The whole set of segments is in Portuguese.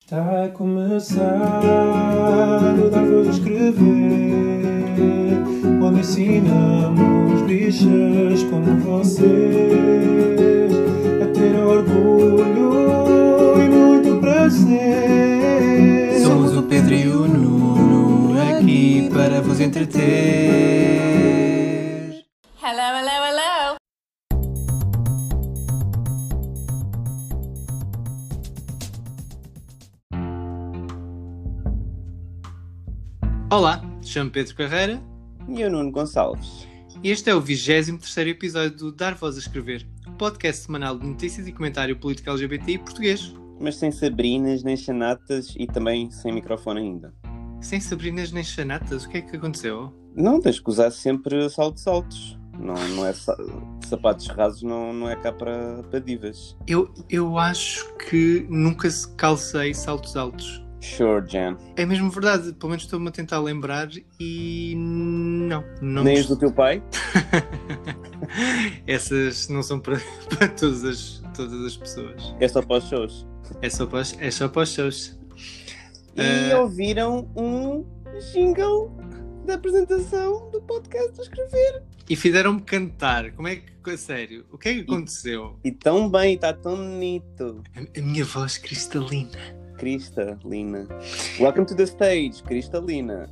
Está a começar o Dar Voz a Escrever, onde ensinamos bichas como vocês a ter orgulho e muito prazer. Somos o Pedro e o Nuno, aqui para vos entreter. Hello, hello, hello! Olá, chamo Pedro Carreira E eu, Nuno Gonçalves. e este é o 23º episódio do Dar Voz a Escrever, podcast semanal de notícias e comentário político LGBT português. Mas sem Sabrinas, nem Xanatas e também sem microfone ainda. Sem Sabrinas nem Xanatas, o que é que aconteceu? Não, tens que usar sempre saltos altos. Não é sapatos rasos, não é cá para divas. Eu acho que nunca calcei saltos altos. Sure, Jan. É mesmo verdade, pelo menos estou-me a tentar lembrar e não Nem os do teu pai? Essas não são para todas as pessoas. É só para os shows. É só para os shows. E ouviram um jingle da apresentação do podcast a escrever. E fizeram-me cantar. Como é que, a sério, o que é que aconteceu? E tão bem, está tão bonito. A minha voz cristalina. Cristalina. Welcome to the stage, Cristalina.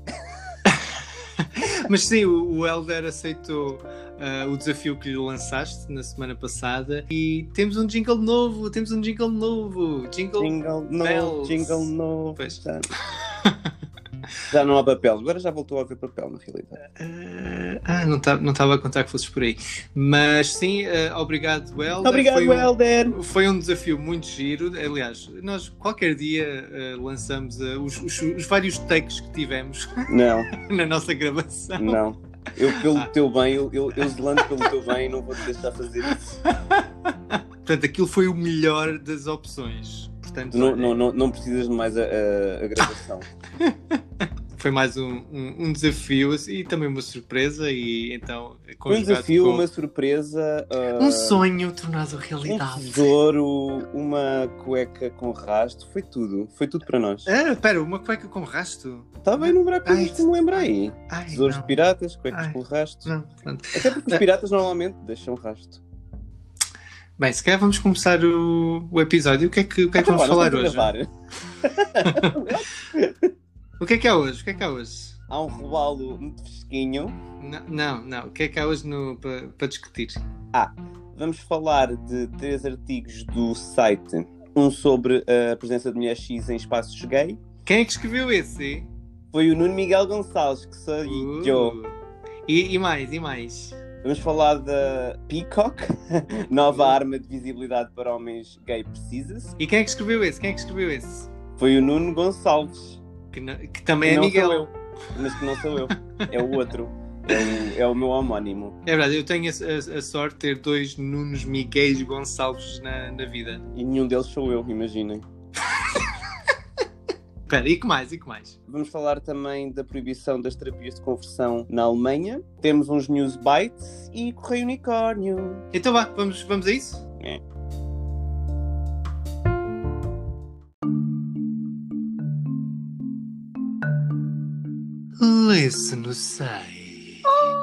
Mas sim, o Helder aceitou o desafio que lhe lançaste na semana passada e temos um jingle novo. Jingle Jingle bells. novo. Pois. Já não há papel, agora já voltou a haver papel na realidade. Não estava a contar que fosses por aí. Mas sim, obrigado, Helder. Obrigado, Helder. Foi um desafio muito giro. Aliás, nós qualquer dia lançamos os vários takes que tivemos Não, na nossa gravação. não. Eu pelo teu bem, eu zelando pelo teu bem, não vou te deixar fazer isso. Portanto, aquilo foi o melhor das opções. Portanto, Não precisas de mais a gravação. foi mais um desafio assim, e também uma surpresa. E então, Foi um desafio, com uma surpresa. um sonho tornado Um realidade. tesouro, uma cueca com rasto, foi tudo para nós. Espera, uma cueca com rasto? Estava a enumerar coisas Ai, que me lembrei. Ai, Tesouros não. de piratas, cuecas Ai. com rasto. Não, pronto. Até porque os piratas normalmente deixam rasto. Bem, se calhar vamos começar o episódio. O que é que vamos falar hoje? O que é que há hoje? Há um robalo muito fresquinho. Não. O que é que há hoje para discutir? Vamos falar de 3 artigos do site. Um sobre a presença de mulheres cis em espaços gay. Quem é que escreveu esse? Foi o Nuno Miguel Gonçalves, que sou eu. E mais? Vamos falar da Peacock, nova arma de visibilidade para homens gay precisas. E quem é que escreveu esse? Foi o Nuno Gonçalves. Que também Que é não Miguel. sou eu, mas que não sou eu. É o outro. É o meu homónimo. É verdade, eu tenho a sorte de ter 2 Nunos Miguéis Gonçalves na vida. E nenhum deles sou eu, imaginem. Espera, e que mais? Vamos falar também da proibição das terapias de conversão na Alemanha. Temos uns news bites e Correio Unicórnio. Então vá, vamos a isso? É. Listen no site.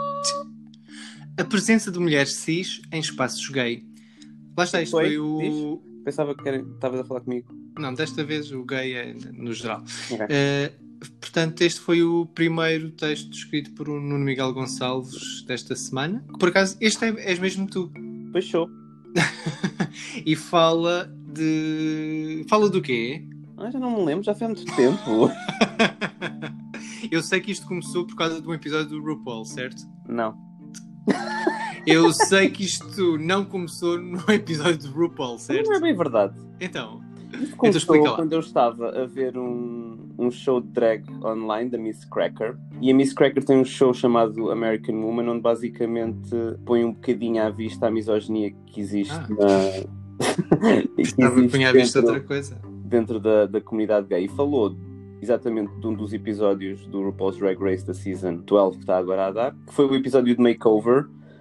A presença de mulheres cis em espaços gay. Lá está, isto foi o... Diz? Pensava que estavas a falar comigo. Não, desta vez o gay é no geral. Ok. Portanto, este foi o primeiro texto escrito por o Nuno Miguel Gonçalves desta semana. Por acaso, este és mesmo tu. Pois show. E fala do quê? Já não me lembro, já foi há muito tempo. Eu sei que isto começou por causa de um episódio do RuPaul, certo? Não. Eu sei que isto não começou no episódio do RuPaul, certo? Não é bem verdade. Então Começou explica lá. quando eu estava a ver um show de drag online da Miss Cracker. E a Miss Cracker tem um show chamado American Woman, onde basicamente põe um bocadinho à vista a misoginia que existe Estava a punhar à vista outra coisa. dentro da comunidade gay. E falou exatamente de um dos episódios do RuPaul's Drag Race da Season 12 que está agora a dar, que foi o episódio de Makeover,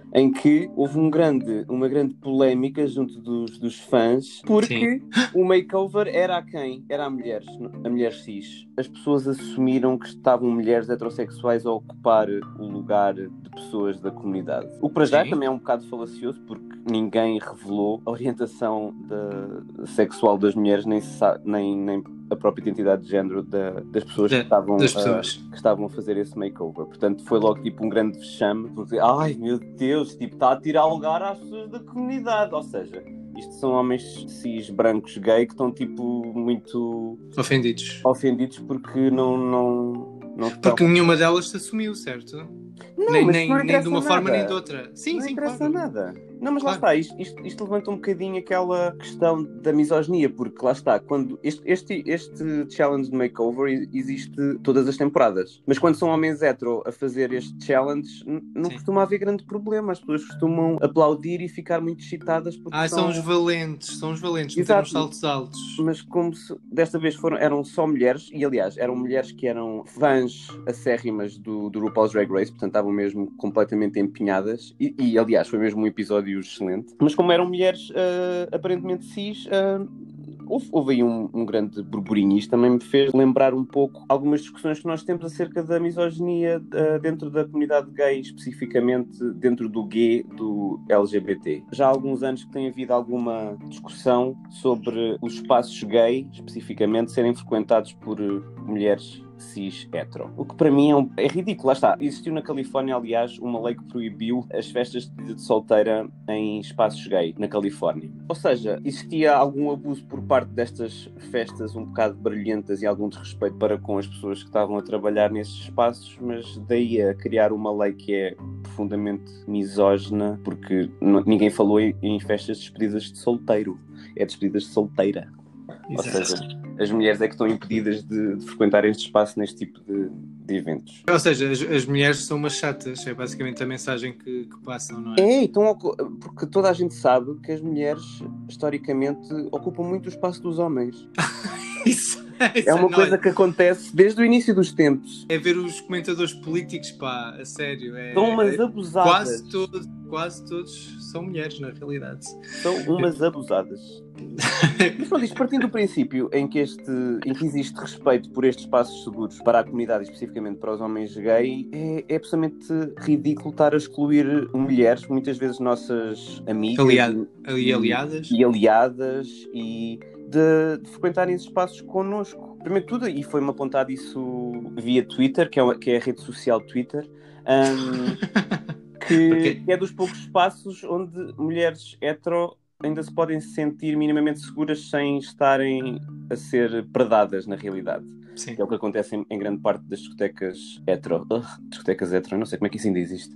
em que houve uma grande polémica junto dos fãs, porque o makeover era a quem? Era a mulher cis. As pessoas assumiram que estavam mulheres heterossexuais a ocupar o lugar de pessoas da comunidade. O que para já também é um bocado falacioso, porque ninguém revelou a orientação sexual das mulheres, nem a própria identidade de género das pessoas, que estavam a fazer esse makeover. Portanto, foi logo tipo um grande vexame, porque, ai meu Deus, tipo, está a tirar lugar às pessoas da comunidade. Ou seja, isto são homens cis, brancos, gay, que estão tipo muito ofendidos porque não porque nenhuma delas se assumiu, certo? Não, nem de uma forma nem de outra. Sim, não interessa claro. nada. Não, mas claro. Lá está, isto levanta um bocadinho aquela questão da misoginia, porque lá está, quando este challenge de makeover existe todas as temporadas, mas quando são homens hetero a fazer este challenge, não costuma haver grande problema, as pessoas costumam aplaudir e ficar muito excitadas porque são os valentes, meter uns saltos altos. Mas como desta vez eram só mulheres, e aliás, eram mulheres que eram fãs acérrimas do RuPaul's Drag Race, portanto estavam mesmo completamente empenhadas, e aliás, foi mesmo um episódio excelente, mas como eram mulheres aparentemente cis, houve aí um grande burburinho. Isto também me fez lembrar um pouco algumas discussões que nós temos acerca da misoginia dentro da comunidade gay, especificamente dentro do LGBT. Já há alguns anos que tem havido alguma discussão sobre os espaços gay, especificamente, serem frequentados por mulheres cis hetero. O que para mim é ridículo. Lá está. Existiu na Califórnia, aliás, uma lei que proibiu as festas de despedida de solteira em espaços gay, na Califórnia. Ou seja, existia algum abuso por parte destas festas um bocado barulhentas e algum desrespeito para com as pessoas que estavam a trabalhar nesses espaços, mas daí a criar uma lei que é profundamente misógina, porque ninguém falou em festas de despedidas de solteiro. É despedidas de solteira. Exato. Ou seja, as mulheres é que estão impedidas de frequentar este espaço neste tipo de eventos. Ou seja, as mulheres são umas chatas, é basicamente a mensagem que passam, não é? Então, porque toda a gente sabe que as mulheres, historicamente, ocupam muito o espaço dos homens. Isso é uma coisa que acontece desde o início dos tempos. É ver os comentadores políticos, pá, a sério. São umas abusadas. Quase todos são mulheres, na realidade. São umas abusadas. Mas pronto, isto partindo do princípio em que existe respeito por estes espaços seguros para a comunidade, especificamente para os homens gay, é absolutamente ridículo estar a excluir mulheres, muitas vezes nossas amigas e aliadas, e de frequentarem esses espaços connosco. Primeiro de tudo, e foi-me apontado isso via Twitter, que é a rede social Twitter, que é dos poucos espaços onde mulheres hetero ainda se podem sentir minimamente seguras sem estarem a ser predadas na realidade. Sim. Que é o que acontece em grande parte das discotecas hetero. Discotecas hetero, não sei como é que isso ainda existe.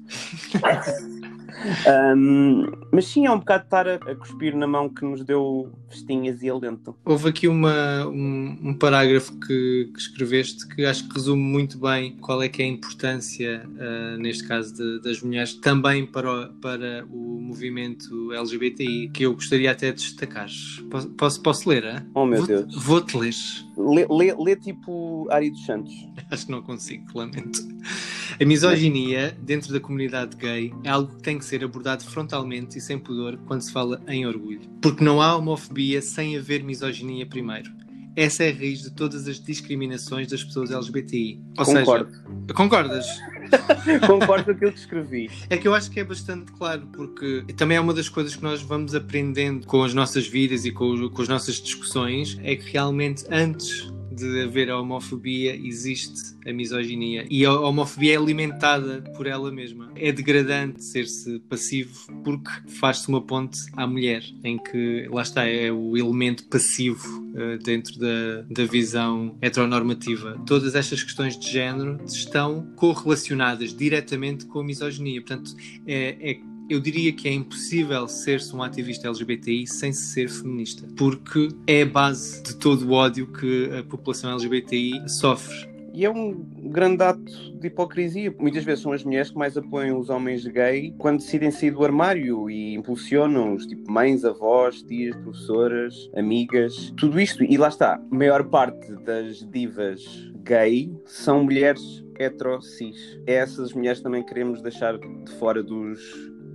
Mas sim, é um bocado estar a cuspir na mão que nos deu festinhas e alento. Houve aqui um parágrafo que escreveste que acho que resume muito bem qual é que é a importância, neste caso das mulheres, também para o movimento LGBTI, que eu gostaria até de destacar. Posso ler? Hein? Oh meu Deus. Vou-te ler. Lê tipo Ari dos Santos. Acho que não consigo, lamento. A misoginia dentro da comunidade gay é algo que tem que ser abordado frontalmente e sem pudor quando se fala em orgulho. Porque não há homofobia sem haver misoginia primeiro. Essa é a raiz de todas as discriminações das pessoas LGBTI. Concordo. Seja, concordas? Concordo com aquilo que escrevi. É que eu acho que é bastante claro, porque também é uma das coisas que nós vamos aprendendo com as nossas vidas e com as nossas discussões, é que realmente antes de haver a homofobia existe a misoginia, e a homofobia é alimentada por ela mesma. É degradante ser-se passivo porque faz-se uma ponte à mulher, em que, lá está, é o elemento passivo dentro da visão heteronormativa. Todas estas questões de género estão correlacionadas diretamente com a misoginia. Portanto, eu diria que é impossível ser-se um ativista LGBTI sem ser feminista, porque é a base de todo o ódio que a população LGBTI sofre. E é um grande ato de hipocrisia. Muitas vezes são as mulheres que mais apoiam os homens gay quando decidem sair do armário e impulsionam-os, tipo mães, avós, tias, professoras, amigas, tudo isto. E lá está, a maior parte das divas gay são mulheres hetero-cis. Essas mulheres também queremos deixar de fora dos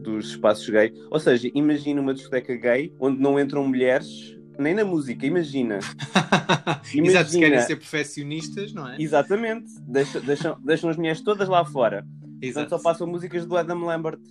dos espaços gay. Ou seja, imagina uma discoteca gay onde não entram mulheres nem na música, imagina. Exato, se querem ser perfeccionistas, não é? Exatamente. Deixam as mulheres todas lá fora. Exato. Portanto, só passam músicas do Adam Lambert.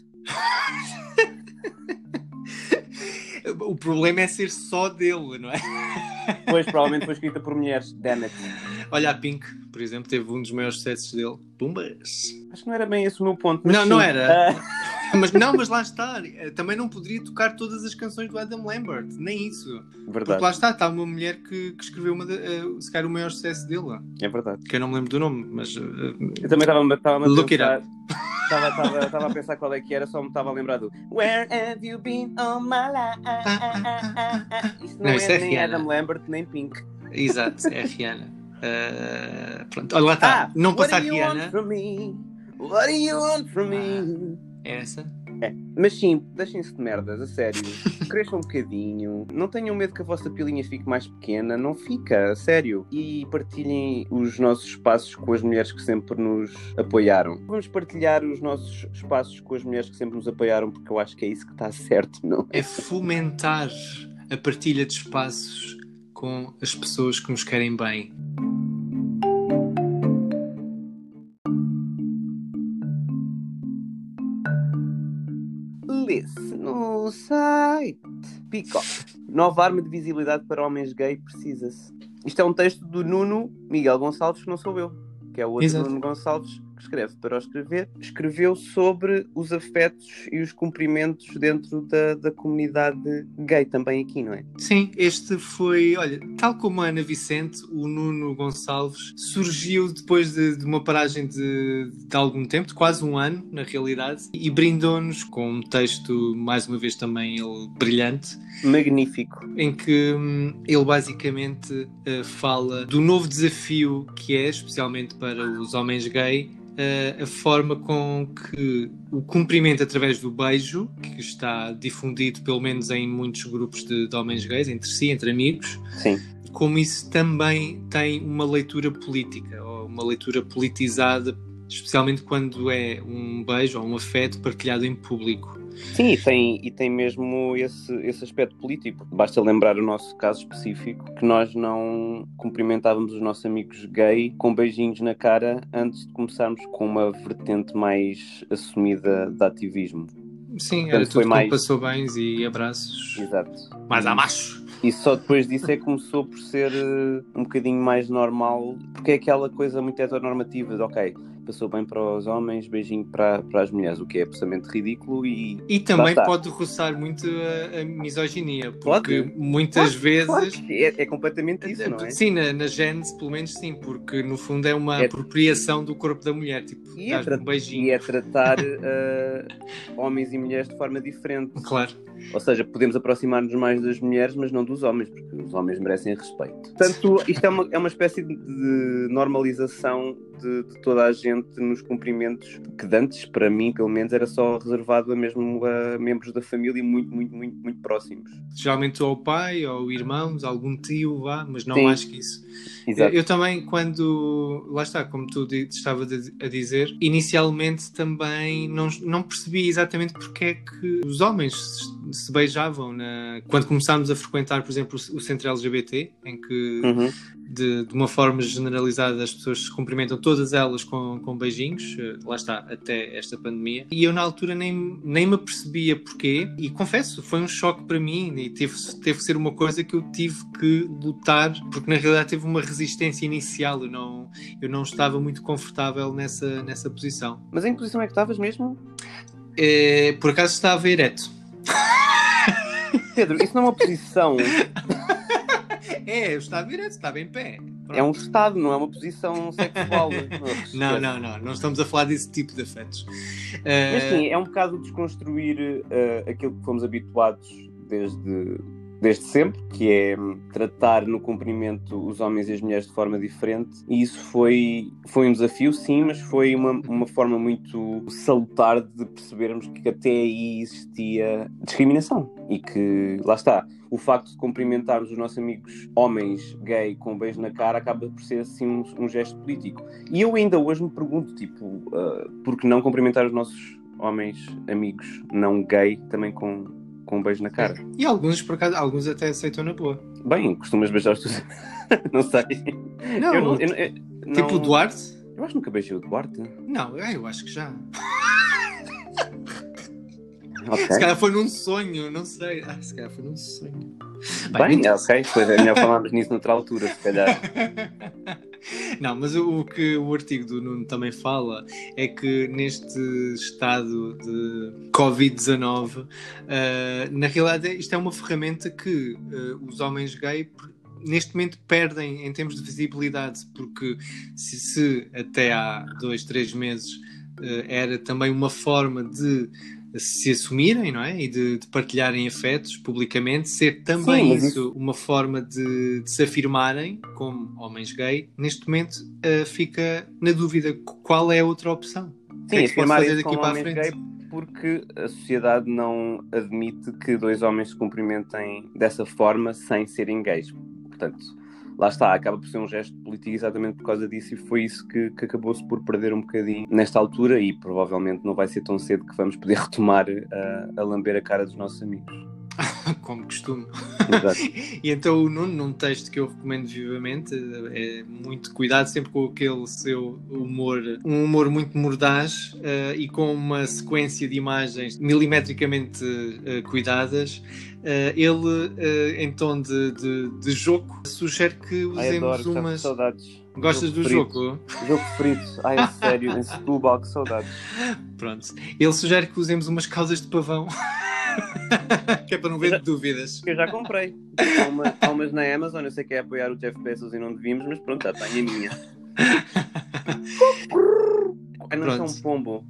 O problema é ser só dele, não é? Pois, provavelmente foi escrita por mulheres. Damn it. Olha, a Pink, por exemplo, teve um dos maiores sucessos dele. Pumbas! Acho que não era bem esse o meu ponto. Mas Não sim. era. Mas lá está. Também não poderia tocar todas as canções do Adam Lambert. Nem isso. Verdade. Porque lá está uma mulher que escreveu se calhar o maior sucesso dele. É verdade. Que eu não me lembro do nome, mas... Eu também estava a Look pensar... it up. Estava a pensar qual é que era, só me estava a lembrar do Where have you been all my life? Isso não isso é é nem Rihanna. Adam Lambert, nem Pink. Exato, é a Rihanna. Pronto, olha lá está. Não passar Rihanna. What do you want from me? É essa? É. Mas sim, deixem-se de merdas, a sério. Cresçam um bocadinho. Não tenham medo que a vossa pilinha fique mais pequena. Não fica, a sério. E partilhem os nossos espaços com as mulheres que sempre nos apoiaram. Vamos partilhar os nossos espaços com as mulheres que sempre nos apoiaram, porque eu acho que é isso que está certo, não é? É fomentar a partilha de espaços com as pessoas que nos querem bem. Lê-se no site. Peacock. Nova arma de visibilidade para homens gay precisa-se. Isto é um texto do Nuno Miguel Gonçalves, que não sou eu, que é o outro Exato. Nuno Gonçalves, que escreve para o escrever. Escreveu sobre os afetos e os cumprimentos dentro da comunidade gay também aqui, não é? Sim, este foi, olha, tal como a Ana Vicente, o Nuno Gonçalves surgiu depois de uma paragem de algum tempo, de quase um ano, na realidade, e brindou-nos com um texto, mais uma vez também ele brilhante, Magnífico. em que ele basicamente fala do novo desafio que é, especialmente para os homens gay, a forma com que o cumprimento através do beijo, que está difundido pelo menos em muitos grupos de homens gays, entre si, entre amigos, Sim. como isso também tem uma leitura política, ou uma leitura politizada, especialmente quando é um beijo ou um afeto partilhado em público. Sim, e tem mesmo esse aspecto político. Basta lembrar o nosso caso específico, que nós não cumprimentávamos os nossos amigos gay com beijinhos na cara antes de começarmos com uma vertente mais assumida de ativismo. Sim, Portanto, era foi tudo mais... com passou bens e abraços. Exato. Mais a macho. E só depois disso é que começou por ser um bocadinho mais normal, porque é aquela coisa muito heteronormativa de, ok, passou bem para os homens, beijinho para as mulheres, o que é absolutamente ridículo e também lá está. pode roçar muito a misoginia, porque Pode? muitas vezes... Claro que é completamente isso, não é? Sim, na gênese, pelo menos sim, porque no fundo é uma apropriação do corpo da mulher, tipo, dás-me um beijinho. E é tratar homens e mulheres de forma diferente. Claro. Ou seja, podemos aproximar-nos mais das mulheres, mas não dos homens, porque os homens merecem respeito. Portanto, isto é uma espécie de normalização de toda a gente nos cumprimentos, que antes, para mim, pelo menos, era só reservado a mesmo a membros da família muito, muito, muito, muito próximos. Geralmente ao pai, ou irmãos, algum tio, vá, mas não Sim. mais que isso. Exato. Eu também, quando... Lá está, como tu estava a dizer, inicialmente também não percebi exatamente porque é que os homens se beijavam quando começámos a frequentar, por exemplo, o centro LGBT, em que de uma forma generalizada as pessoas se cumprimentam todas elas com beijinhos, lá está, até esta pandemia, e eu na altura nem me apercebia porquê, e confesso, foi um choque para mim, e teve que ser uma coisa que eu tive que lutar, porque na realidade teve uma resistência inicial, eu não estava muito confortável nessa posição. Mas em que posição é que estavas mesmo? Por acaso estava ereto. Pedro, isso não é uma posição. Eu estava ereto, estava em pé. Pronto. É um estado, não é uma posição sexual. Não estamos a falar desse tipo de afetos. Mas sim, é um bocado desconstruir aquilo que fomos habituados desde sempre, que é tratar no cumprimento os homens e as mulheres de forma diferente, e isso foi um desafio, sim, mas foi uma forma muito salutar de percebermos que até aí existia discriminação, e que, lá está, o facto de cumprimentarmos os nossos amigos homens gay com um beijo na cara acaba por ser assim um gesto político. E eu ainda hoje me pergunto, tipo, por que não cumprimentar os nossos homens amigos não gay também com um beijo na cara. E alguns, por acaso, alguns até aceitam na boa. Bem, costumas beijar os teus... Não sei. Não, tipo o Duarte? Eu acho que nunca beijei o Duarte. Não, eu acho que já. Okay. Se calhar foi num sonho, não sei. Se calhar foi num sonho. Bem, ok, pois é melhor falarmos nisso noutra altura, se calhar. Não, mas o que o artigo do Nuno também fala é que neste estado de Covid-19, na realidade isto é uma ferramenta que os homens gay neste momento perdem em termos de visibilidade, porque se até há 2-3 meses era também uma forma de se assumirem, não é? E de partilharem afetos publicamente, ser também isso uma forma de se afirmarem como homens gay. Neste momento fica na dúvida qual é a outra opção. Sim, afirmarem-se como homens gay porque a sociedade não admite que dois homens se cumprimentem dessa forma sem serem gays. Portanto, lá está, acaba por ser um gesto político exatamente por causa disso, e foi isso que acabou-se por perder um bocadinho nesta altura, e provavelmente não vai ser tão cedo que vamos poder retomar a lamber a cara dos nossos amigos. Como costume. Exato. E então o Nuno, num texto que eu recomendo vivamente, é muito cuidado sempre com aquele seu humor, um humor muito mordaz e com uma sequência de imagens milimetricamente cuidadas. Ele, em tom de jogo, sugere que usemos umas... Saudades. Gostas do jogo? Jogo frito. Ai, é sério, em Setúbal, que saudades. Pronto. Ele sugere que usemos umas calças de pavão. Que é para não haver dúvidas. Eu já comprei. Há umas na Amazon, eu sei que é apoiar o Jeff Bezos e não devíamos, mas pronto, já tenho a minha. Não são um pombo.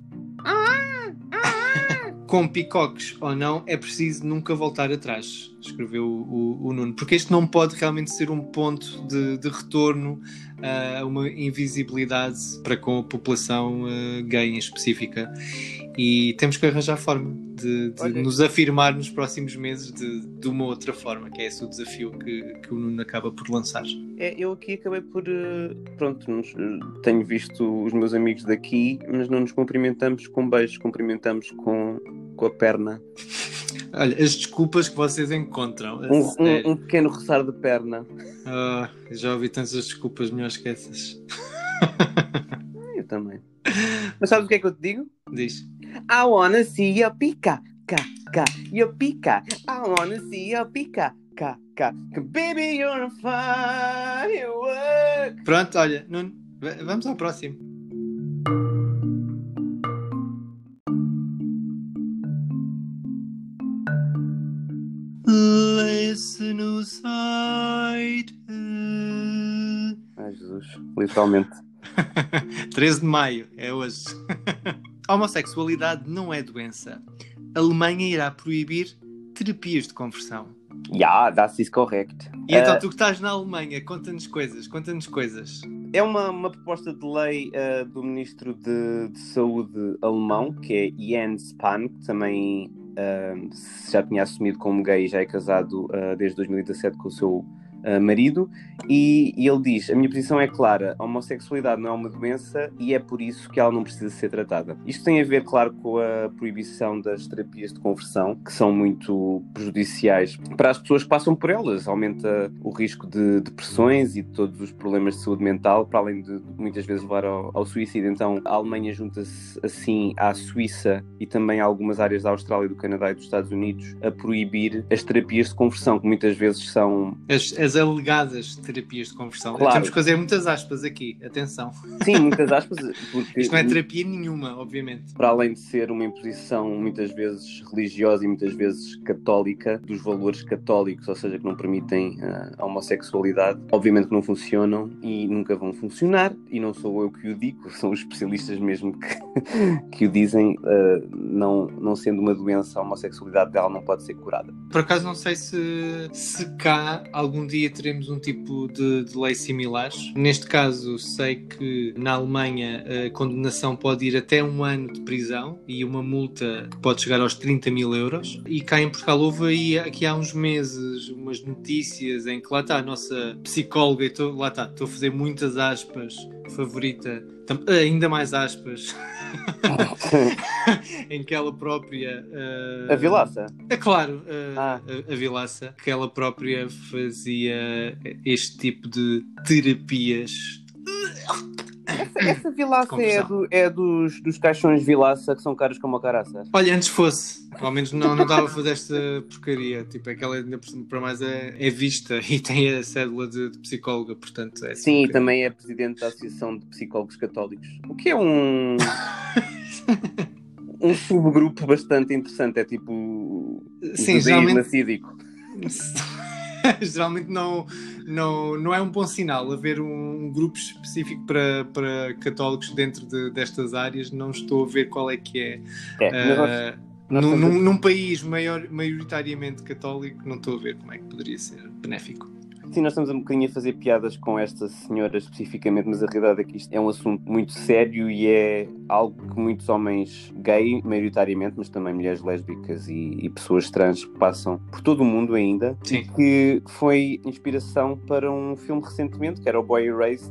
Com picoques ou não, é preciso nunca voltar atrás, escreveu o Nuno, porque este não pode realmente ser um ponto de retorno a uma invisibilidade para com a população gay em específica, e temos que arranjar forma de nos afirmar nos próximos meses de uma outra forma, que é esse o desafio que o Nuno acaba por lançar. Eu aqui acabei por tenho visto os meus amigos daqui, mas não nos cumprimentamos com beijos, cumprimentamos com a perna. Olha, as desculpas que vocês encontram. Um pequeno roçar de perna. Já ouvi tantas desculpas melhores que essas. Eu também. Mas sabes o que é que eu te digo? Diz. I wanna see your pica, your pica. I wanna see your pica, baby you're a firework. Pronto, olha, Nuno, vamos ao próximo. Listen no site. Ai, Jesus, literalmente. 13 de maio, é hoje. A homossexualidade não é doença. A Alemanha irá proibir terapias de conversão. Yeah, that is correct. E então, tu que estás na Alemanha, conta-nos coisas. É uma proposta de lei do Ministro de Saúde alemão, que é Jens Spahn, que também já tinha assumido como gay e já é casado desde 2017 com o seu marido, e ele diz: a minha posição é clara, a homossexualidade não é uma doença e é por isso que ela não precisa ser tratada. Isto tem a ver, claro, com a proibição das terapias de conversão, que são muito prejudiciais para as pessoas que passam por elas. Aumenta o risco de depressões e de todos os problemas de saúde mental, para além de muitas vezes levar ao suicídio. Então a Alemanha junta-se assim à Suíça e também a algumas áreas da Austrália, do Canadá e dos Estados Unidos a proibir as terapias de conversão, que muitas vezes são... As alegadas terapias de conversão. Claro. Temos que fazer muitas aspas aqui, atenção. Sim, muitas aspas, porque... Isto não é terapia nenhuma, obviamente. Para além de ser uma imposição muitas vezes religiosa e muitas vezes católica, dos valores católicos, ou seja, que não permitem a homossexualidade, obviamente que não funcionam e nunca vão funcionar, e não sou eu que o digo, são os especialistas mesmo que o dizem, não sendo uma doença, a homossexualidade dela não pode ser curada. Por acaso não sei se cá algum dia teremos um tipo de lei similar. Neste caso, sei que na Alemanha a condenação pode ir até 1 ano de prisão e uma multa que pode chegar aos 30 mil euros. E cá em Portugal houve aí, aqui há uns meses, umas notícias em que lá está a nossa psicóloga, estou a fazer muitas aspas, favorita, ainda mais aspas, em que ela própria... A Vilaça? É claro, a Vilaça, que ela própria fazia este tipo de terapias. Essa Vilaça é dos caixões Vilaça que são caros como a caraça. Olha, antes fosse. Ao menos não dava a fazer esta porcaria. Tipo, aquela ainda para mais é vista e tem a cédula de psicóloga, portanto é assim. Sim, e também é presidente da Associação de Psicólogos Católicos. O que é um subgrupo bastante interessante. É tipo sim, judaísmo assídico. Geralmente não é um bom sinal haver um grupo específico para católicos dentro destas áreas. Não estou a ver qual é que é. Num país maioritariamente católico, não estou a ver como é que poderia ser benéfico. Sim, nós estamos um bocadinho a fazer piadas com esta senhora especificamente, mas a realidade é que isto é um assunto muito sério e é algo que muitos homens gay, maioritariamente, mas também mulheres lésbicas e pessoas trans passam por todo o mundo ainda. Sim. Que foi inspiração para um filme recentemente, que era o Boy Erased,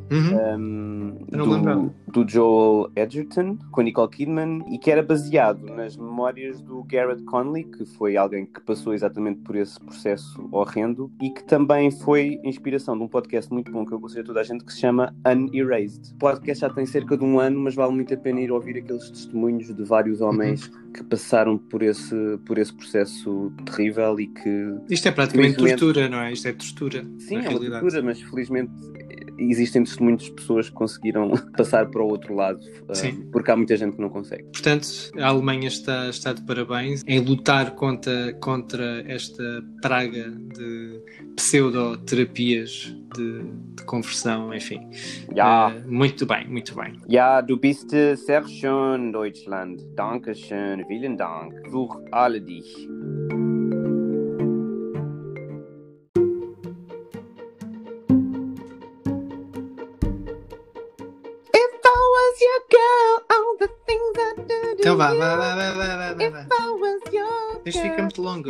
do Joel Edgerton, com a Nicole Kidman, e que era baseado nas memórias do Garrett Conley, que foi alguém que passou exatamente por esse processo horrendo, e que também foi inspiração de um podcast muito bom que eu aconselho a toda a gente, que se chama Unerased. O podcast já tem cerca de um ano, mas vale muito a pena ir ouvir aqueles testemunhos de vários homens que passaram por esse processo terrível e que... Isto é praticamente tortura, não é? Isto é tortura. Sim, é uma tortura, mas felizmente existem testemunhos de pessoas que conseguiram passar para o outro lado, porque há muita gente que não consegue. Portanto, a Alemanha está de parabéns em lutar contra esta praga de pseudoterapias de conversão, enfim. Ja. Muito bem, muito bem. Ja, du bist sehr schön, Deutschland. Dankeschön, vielen Dank. Für alle dich. Então vá. Isto fica muito longo.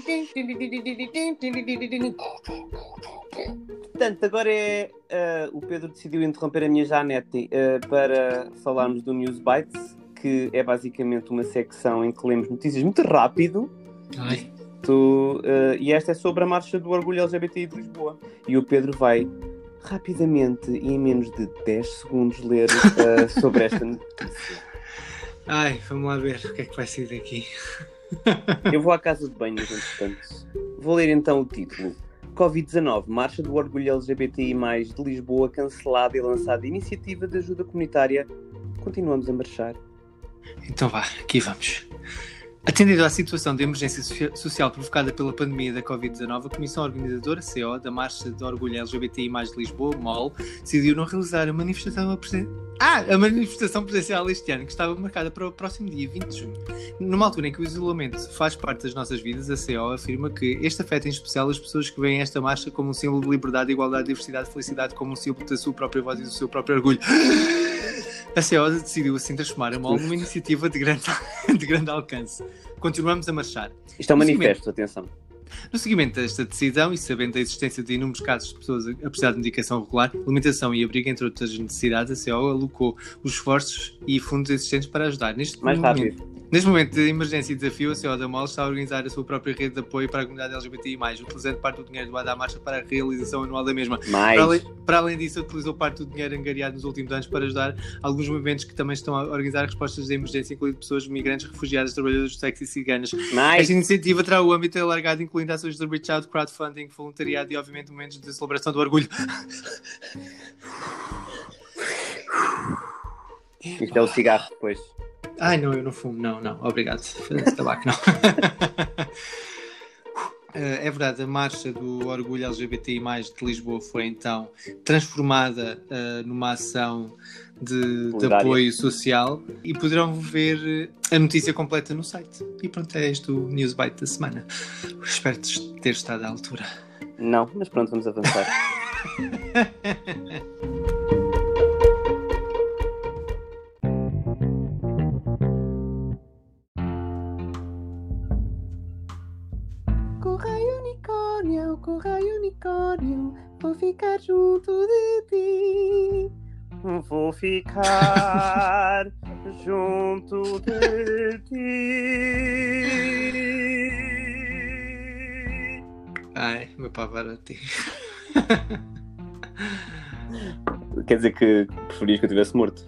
Portanto, agora o Pedro decidiu interromper a minha Janete para falarmos do News Bites, que é basicamente uma secção em que lemos notícias muito rápido. Ai. E esta é sobre a marcha do orgulho LGBTI de Lisboa. E o Pedro vai rapidamente e em menos de 10 segundos ler sobre esta notícia. Ai, vamos lá ver o que é que vai sair daqui. Eu vou à casa de banho, mas entretanto. Vou ler então o título. Covid-19, marcha do orgulho LGBTI+, de Lisboa cancelada e lançada iniciativa de ajuda comunitária. Continuamos a marchar. Então vá, aqui vamos. Atendendo à situação de emergência social provocada pela pandemia da Covid-19, a Comissão Organizadora, CO, da Marcha de Orgulho LGBTI+, de Lisboa, MOL, decidiu não realizar a manifestação presencial este ano, que estava marcada para o próximo dia 20 de junho. Numa altura em que o isolamento faz parte das nossas vidas, a CO afirma que este afeta em especial as pessoas que veem esta marcha como um símbolo de liberdade, igualdade, diversidade e felicidade, como um símbolo da sua própria voz e do seu próprio orgulho. A CO decidiu assim transformar a MOL numa iniciativa de grande alcance. Continuamos a marchar. Isto é um manifesto, atenção. No seguimento desta decisão e sabendo a existência de inúmeros casos de pessoas a precisar de medicação regular, alimentação e abrigo, entre outras necessidades, a CO alocou os esforços e fundos existentes para ajudar. Neste momento de emergência e desafio, a CO da MOL está a organizar a sua própria rede de apoio para a comunidade LGBTI+, utilizando parte do dinheiro doado à marcha para a realização anual da mesma. Para além disso, utilizou parte do dinheiro angariado nos últimos anos para ajudar alguns movimentos que também estão a organizar respostas de emergência, incluindo pessoas migrantes, refugiadas, trabalhadores do sexo e ciganas. Esta iniciativa terá o âmbito alargado, incluindo ações de reach out, crowdfunding, voluntariado e, obviamente, momentos de celebração do orgulho. Isto é o cigarro depois. Ai, não, eu não fumo. Não, obrigado. Tabaco, não. É verdade, a marcha do orgulho LGBTI+, de Lisboa foi então transformada numa ação de apoio social e poderão ver a notícia completa no site. E pronto, é este o News Bite da semana. Espero ter estado à altura. Não, mas pronto, vamos avançar. Corra unicórnio, vou ficar junto de ti. Vou ficar junto de ti. Ai, meu Pavarotti. Quer dizer que preferias que eu tivesse morto?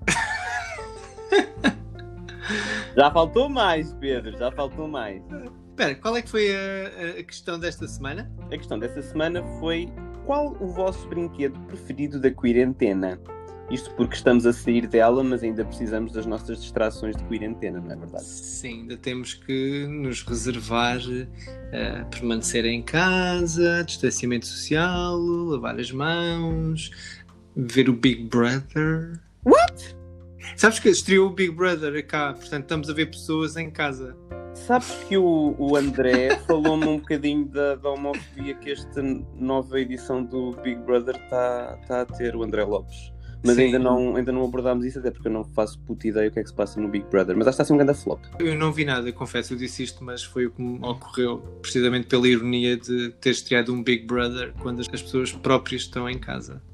Já faltou mais, Pedro, já faltou mais. Espera, qual é que foi a questão desta semana? A questão desta semana foi: qual o vosso brinquedo preferido da quarentena? Isto porque estamos a sair dela, mas ainda precisamos das nossas distrações de quarentena, não é verdade? Sim, ainda temos que nos reservar permanecer em casa, distanciamento social, lavar as mãos, ver o Big Brother. What? Sabes que estreou o Big Brother cá, portanto estamos a ver pessoas em casa. Sabes que o André falou-me um bocadinho da homofobia que esta nova edição do Big Brother está a ter, o André Lopes. Mas ainda não abordámos isso, até porque eu não faço puta ideia o que é que se passa no Big Brother. Mas acho que está a ser um grande flop. Eu não vi nada, confesso, eu disse isto, mas foi o que me ocorreu, precisamente pela ironia de ter estreado um Big Brother quando as pessoas próprias estão em casa.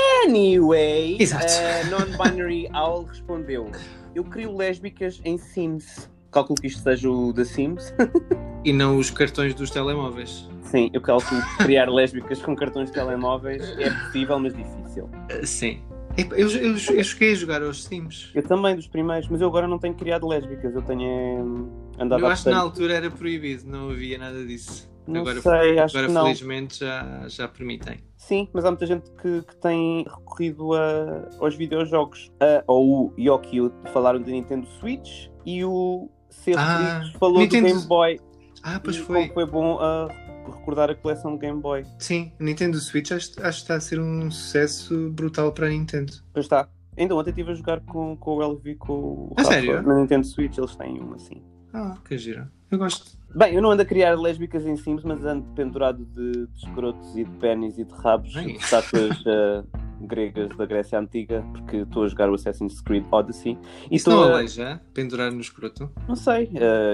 Anyway, Exato. Non-Binary Owl respondeu: eu crio lésbicas em Sims. Calculo que isto seja o The Sims. E não os cartões dos telemóveis. Sim, eu calculo que criar lésbicas com cartões de telemóveis é possível, mas difícil. Sim. Eu cheguei a jogar aos Sims. Eu também, dos primeiros, mas eu agora não tenho criado lésbicas. Eu tenho andado Eu acho que na altura era proibido, não havia nada disso. Não agora, sei, acho agora que não. felizmente já permitem. Sim, mas há muita gente que tem recorrido aos videojogos. Ou o Yokio falaram da Nintendo Switch e o C. Rodrigues falou Nintendo... do Game Boy. Pois e foi. Como foi bom recordar a coleção do Game Boy. Sim, o Nintendo Switch acho que está a ser um sucesso brutal para a Nintendo. Pois está. Ainda ontem estive a jogar com o Elvi, com o A Rafa, sério? na Nintendo Switch. Eles têm uma assim. Que giro. Eu gosto. Bem, eu não ando a criar lésbicas em Sims, mas ando pendurado de escrotos e de pênis e de rabos Bem. de estátuas gregas da Grécia Antiga, porque estou a jogar o Assassin's Creed Odyssey. E Isso não aleija? Pendurar no escroto? Não sei.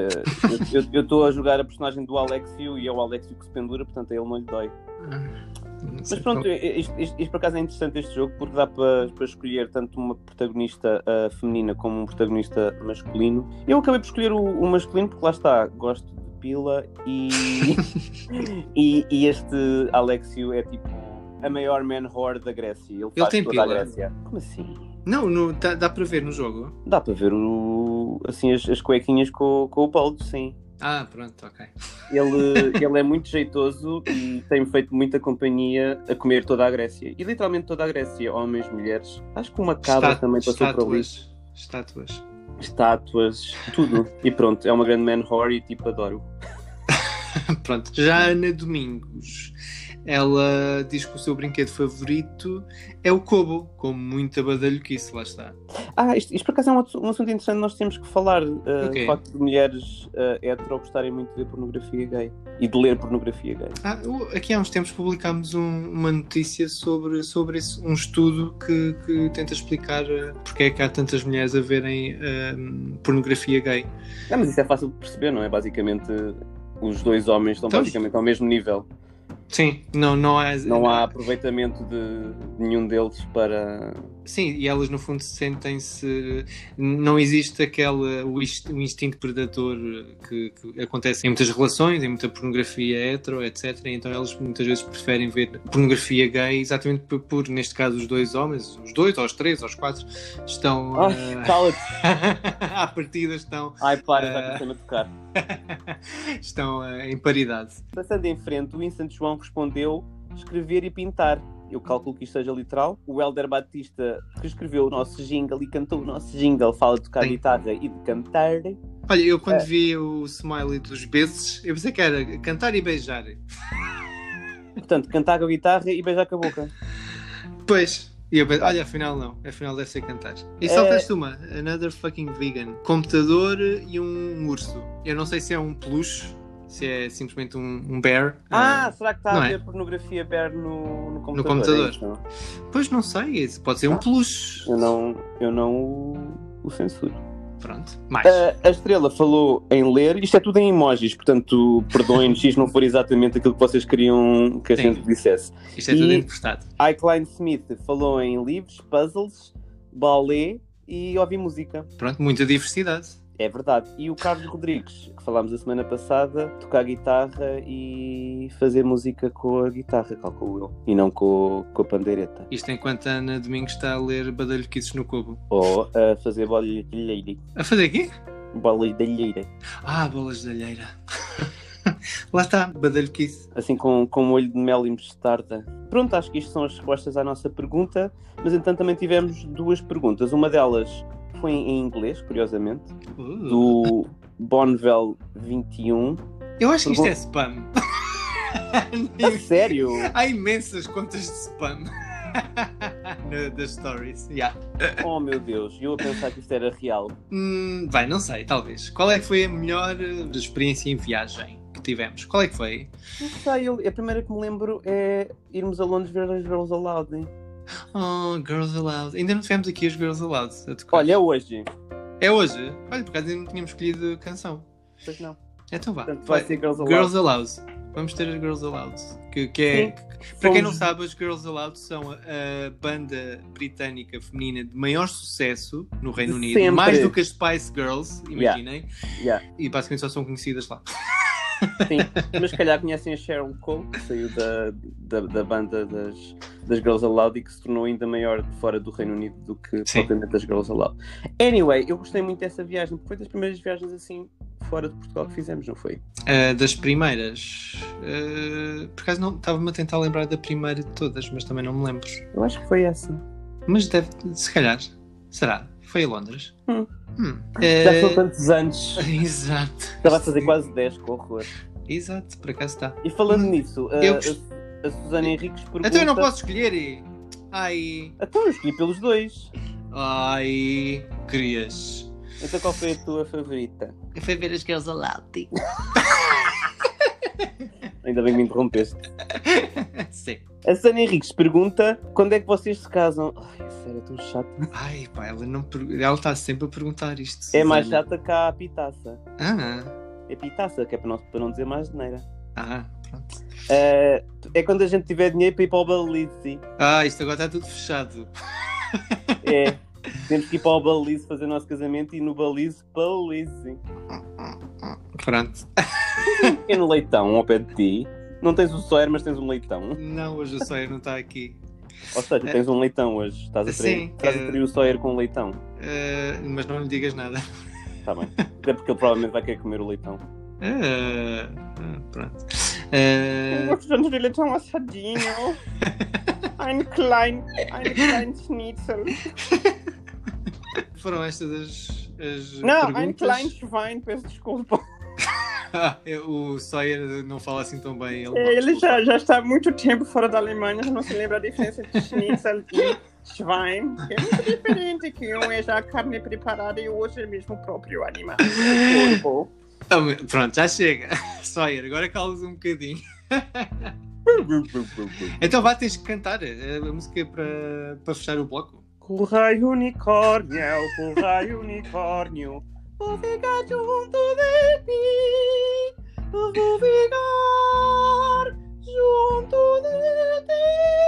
Eu estou a jogar a personagem do Alexio e é o Alexio que se pendura, portanto a ele não lhe dói. Mas pronto, isto por acaso é interessante este jogo, porque dá para escolher tanto uma protagonista feminina como um protagonista masculino. Eu acabei por escolher o masculino porque lá está, gosto de pila e este Alexio é tipo a maior man whore da Grécia. Ele faz tem toda pila? a Grécia. Como assim? Não, dá para ver no jogo. Dá para ver assim, as cuequinhas com o bulge, sim. Pronto, ok. Ele é muito jeitoso e tem feito muita companhia a comer toda a Grécia. E literalmente toda a Grécia, homens, mulheres. Acho que uma cabra também passou por ali. Estátuas, tudo. E pronto, é uma grande man whore e tipo adoro. Pronto, já a Ana Domingos, ela diz que o seu brinquedo favorito é o Kobo, com muita badalhoquice, lá está. Isto por acaso é um assunto interessante, nós temos que falar. Okay. O facto de mulheres hetero gostarem muito de ver pornografia gay e de ler pornografia gay. Aqui há uns tempos publicámos uma notícia sobre um estudo que tenta explicar porque é que há tantas mulheres a verem pornografia gay. Mas isso é fácil de perceber, não é? Basicamente, os dois homens estão basicamente ao mesmo nível. Sim, não há aproveitamento de nenhum deles para... Sim, e elas no fundo sentem-se... Não existe o instinto predador que acontece em muitas relações, em muita pornografia hetero, etc. Então elas muitas vezes preferem ver pornografia gay exatamente por neste caso, os dois homens, os dois, ou os três, ou os quatro, estão... Cala-te! À partida estão... vai começar a tocar. Estão em paridade. Passando em frente, o Vincent João respondeu: escrever e pintar. Eu calculo que isto seja literal. O Helder Batista, que escreveu o nosso jingle e cantou o nosso jingle, fala de tocar guitarra e de cantar. Olha, eu quando vi o smiley dos beijos, eu pensei que era cantar e beijar. Portanto, cantar com a guitarra e beijar com a boca. Pois. E eu pensei, olha, afinal não. Afinal deve ser cantar. E só fez uma. Another fucking vegan. Computador e um urso. Eu não sei se é um peluche, se é simplesmente um bear. Será que está a ver pornografia bear no computador? No computador. Então? Pois não sei. Pode ser um peluche. Eu não o censuro. Pronto. Mais. A Estrela falou em ler. Isto é tudo em emojis, portanto, perdoem-nos se isto não for exatamente aquilo que vocês queriam que a gente dissesse. Isto é tudo emprestado. Klein Smith falou em livros, puzzles, ballet, e ouvir música. Pronto, muita diversidade. É verdade. E o Carlos Rodrigues, que falámos a semana passada, tocar guitarra e fazer música com a guitarra, calculo eu. E não com a pandeireta. Isto enquanto a Ana Domingos está a ler badalhoquices no cubo. Ou a fazer bolhilheira. A fazer aqui? Bolhilheira. Ah, bolas de alheira. Lá está, badalhoquice. Assim com molho de mel e mostarda. Pronto, acho que isto são as respostas à nossa pergunta. Mas então também tivemos 2 perguntas. Uma delas foi em inglês, curiosamente. Do Bonvel 21. Eu acho que isto é spam. A sério? Há imensas contas de spam das stories. Yeah. Oh meu Deus, eu a pensar que isto era real. Vai, não sei, talvez. Qual é que foi a melhor experiência em viagem que tivemos? Qual é que foi? Não sei, a primeira que me lembro é irmos a Londres ver as Girls Aloud. Hein? Oh, Girls Aloud. Ainda não tivemos aqui as Girls Aloud a tocar. Olha, é hoje. É hoje? Olha, por acaso ainda não tínhamos escolhido canção. Pois não. Então vá. Portanto, vai ser Girls Aloud. Girls Aloud. Vamos ter as Girls Aloud. Para quem não sabe, as Girls Aloud são a banda britânica feminina de maior sucesso no Reino Unido. Sempre. Mais do que as Spice Girls, imaginem. Yeah. E basicamente só são conhecidas lá. Sim, mas se calhar conhecem a Cheryl Cole, que saiu da banda das Girls Aloud e que se tornou ainda maior fora do Reino Unido do que propriamente as Girls Aloud. Anyway, eu gostei muito dessa viagem, porque foi das primeiras viagens assim fora de Portugal que fizemos, não foi? Das primeiras, por acaso não estava-me a tentar lembrar da primeira de todas, mas também não me lembro. Eu acho que foi essa. Mas deve, se calhar, será? Foi a Londres? Já são tantos anos. Exato. Estava a fazer quase 10, com horror. Exato, por acaso está. E falando nisso, a Susana Henriques pergunta... Então eu não posso escolher? Ai... Então eu escolhi pelos 2. Ai... Querias... Então qual foi a tua favorita? Eu fui ver as Girls Aloud. Ainda bem que me interrompeste. Sim. A Susana Henriques pergunta quando é que vocês se casam. Ai, sério, é tão chata. Ai pá, ela está sempre a perguntar isto. É mais chata que a pitaça. Ah. É pitaça, que é para não dizer mais geneira. Ah, pronto. É quando a gente tiver dinheiro para ir para o Belize. Ah, isto agora está tudo fechado. É. Temos que ir para o Belize fazer o nosso casamento e no Belize. Pronto. Um pequeno leitão ao pé de ti. Não tens o Sawyer, mas tens um leitão. Não, hoje o Sawyer não está aqui. Ou seja, tens um leitão hoje. Estás a trair o Sawyer com um leitão. Mas não lhe digas nada. Está bem. Até porque ele provavelmente vai querer comer o leitão. Pronto. Eu gosto tanto de leitão assadinho. Ein klein Schnitzel. Foram estas as não, perguntas? ein klein Schwein, peço desculpa. O Sawyer não fala assim tão bem. Ele já está há muito tempo fora da Alemanha, já não se lembra a diferença entre Schnitzel e Schwein. É muito diferente, que um é já carne preparada e o outro é mesmo o próprio animal. Pronto, já chega. Sawyer, agora calas um bocadinho. Então vá, tens que cantar a música para fechar o bloco. Corrai unicórnio, corrai unicórnio, vou ficar junto de ti, vou ficar junto de ti.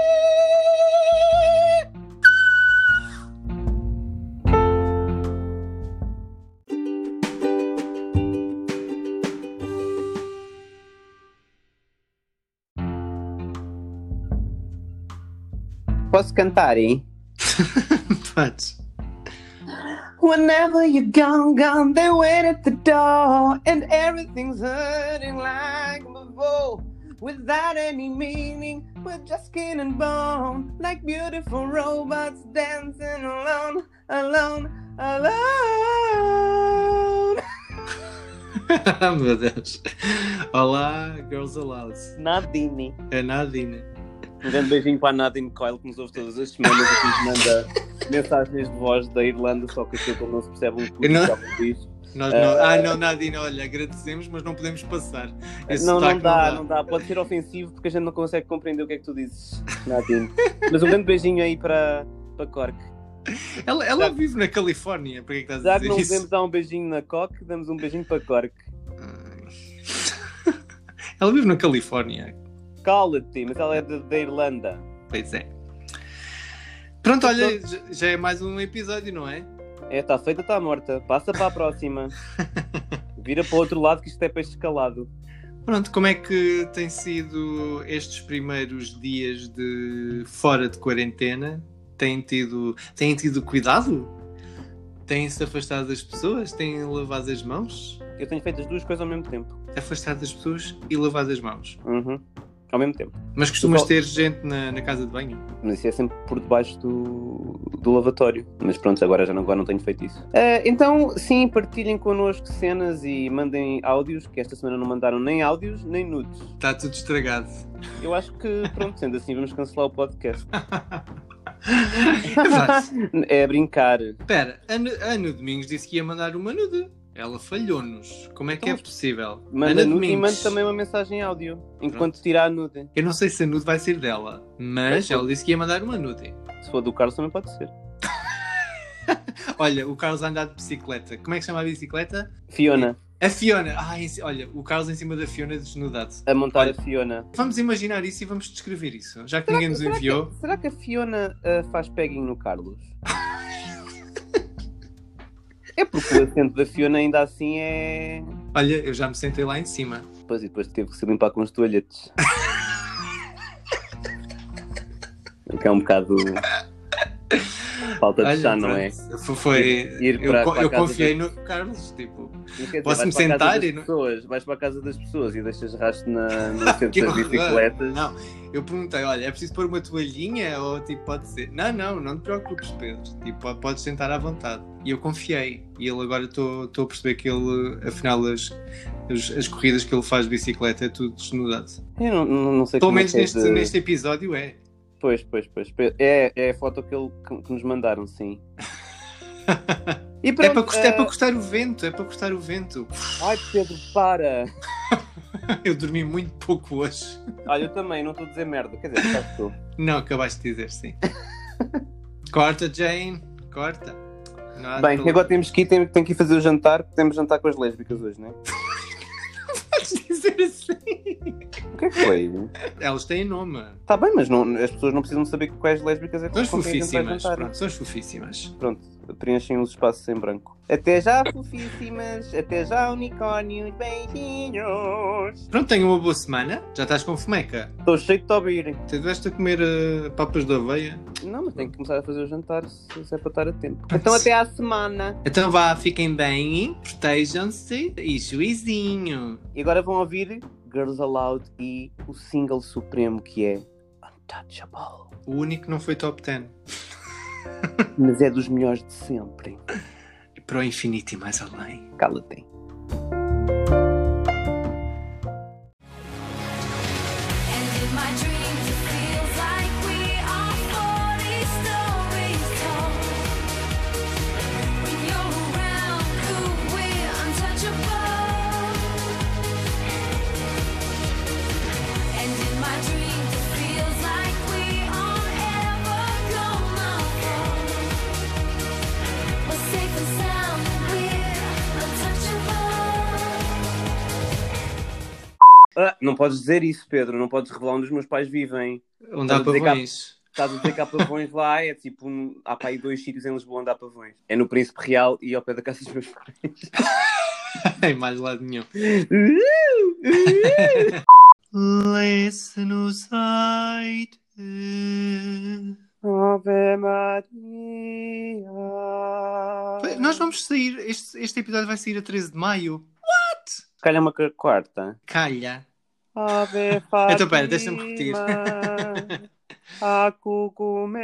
Posso cantar, hein? Podes. Whenever you're gone, they wait at the door, and everything's hurting like before. Without any meaning, we're just skin and bone, like beautiful robots dancing alone, alone, alone. Meu Deus. Olá, Girls Aloud. Nadine. É Nadine. Um grande beijinho para a Nadine Coyle, que nos ouve todas as semanas e que nos manda mensagens de voz da Irlanda, só que aquilo não se percebe um pouco não... que ela diz. Não, Nadine, olha, agradecemos, mas não podemos passar. Não dá. Pode ser ofensivo porque a gente não consegue compreender o que é que tu dizes, Nadine. Mas um grande beijinho aí para Cork. Ela vive na Califórnia, para que estás já a dizer que não isso? podemos dar um beijinho na Cock, damos um beijinho para Cork. Ela vive na Califórnia. Cala-te, mas ela é da Irlanda. Pois é. Pronto, olha, já é mais um episódio, não é? Está feita, está morta. Passa para a próxima. Vira para o outro lado que isto é peixe escalado. Pronto, como é que têm sido estes primeiros dias de fora de quarentena? Têm tido cuidado? Têm-se afastado das pessoas? Têm lavado as mãos? Eu tenho feito as duas coisas ao mesmo tempo. Afastado das pessoas e lavado as mãos. Uhum. Ao mesmo tempo. Mas costumas ter gente na casa de banho? Mas isso é sempre por debaixo do lavatório. Mas pronto, agora não tenho feito isso. Então, sim, partilhem connosco cenas e mandem áudios, que esta semana não mandaram nem áudios, nem nudes. Está tudo estragado. Eu acho que, pronto, sendo assim, vamos cancelar o podcast. É a brincar. Espera, a Ana Domingos disse que ia mandar uma nude. Ela falhou-nos. Como é que é possível? Manda Ana nude Domingos. e manda também uma mensagem áudio, enquanto tira a nude. Eu não sei se a nude vai ser dela, mas ela disse que ia mandar uma nude. Se for do Carlos também pode ser. Olha, o Carlos anda de bicicleta. Como é que se chama a bicicleta? Fiona. A Fiona. Olha, o Carlos em cima da Fiona desnudado. A montar a Fiona. Vamos imaginar isso e vamos descrever isso. Já que ninguém nos enviou. Será que a Fiona faz pegging no Carlos? É porque o acento da Fiona ainda assim é... Olha, eu já me sentei lá em cima. Pois, e depois teve que se limpar com os toalhetes. Que é um bocado... falta de chá, não é? Foi... Eu confiei no Carlos, tipo... Posso-me sentar e... Vais para a casa das pessoas e deixas rastro no centro das bicicletas. Não, eu perguntei, olha, é preciso pôr uma toalhinha ou tipo pode ser? Não te preocupes, Pedro, tipo, podes sentar à vontade. E eu confiei, e ele agora estou a perceber que ele, afinal, as corridas que ele faz de bicicleta é tudo desnudado. Eu não sei pelo como menos neste episódio é. Pois. É a foto que nos mandaram, sim. E pronto, é para cortar o vento, Ai, Pedro, para! Eu dormi muito pouco hoje. Olha, eu também, não estou a dizer merda. Quer dizer, estás tu. Não, acabaste de dizer, sim. Corta, Jane, corta. Bem, agora temos que ir, tenho que ir fazer o jantar, porque temos jantar com as lésbicas hoje, não é? Podes dizer assim. O que é que foi? Elas têm nome. Está bem, mas as pessoas não precisam saber quais lésbicas é que são fofíssimas. Pronto, são fofíssimas. Pronto, preenchem os espaços em branco. Até já, fofíssimas. Até já, unicórnios. Beijinhos. Pronto, tenho uma boa semana. Já estás com fomeca? Estou cheio de ouvir. Te deveste a comer papas de aveia? Não, mas tenho que começar a fazer o jantar se é para estar a tempo. Então até à semana. Então vá, fiquem bem, protejam-se e juizinho. E agora vão ouvir Girls Aloud e o single supremo que é Untouchable. O único que não foi top 10. Mas é dos melhores de sempre. E para o infinito e mais além. Cala-te. Não podes dizer isso, Pedro. Não podes revelar onde os meus pais vivem. Onde há pavões. Estás a dizer que há pavões lá. É tipo, há para aí 2 sítios em Lisboa onde há pavões. É no Príncipe Real e ao pé da casa dos meus pais. Em mais lado nenhum. Listen no site. Ave Maria. Nós vamos sair. Este episódio vai sair a 13 de maio. Calha uma quarta. Calha. Ave Fátima. Então pera, deixa-me repetir. Há cogumelos.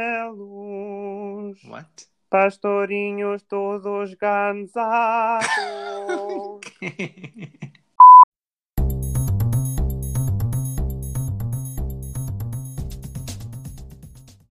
What? Pastorinhos todos gansados.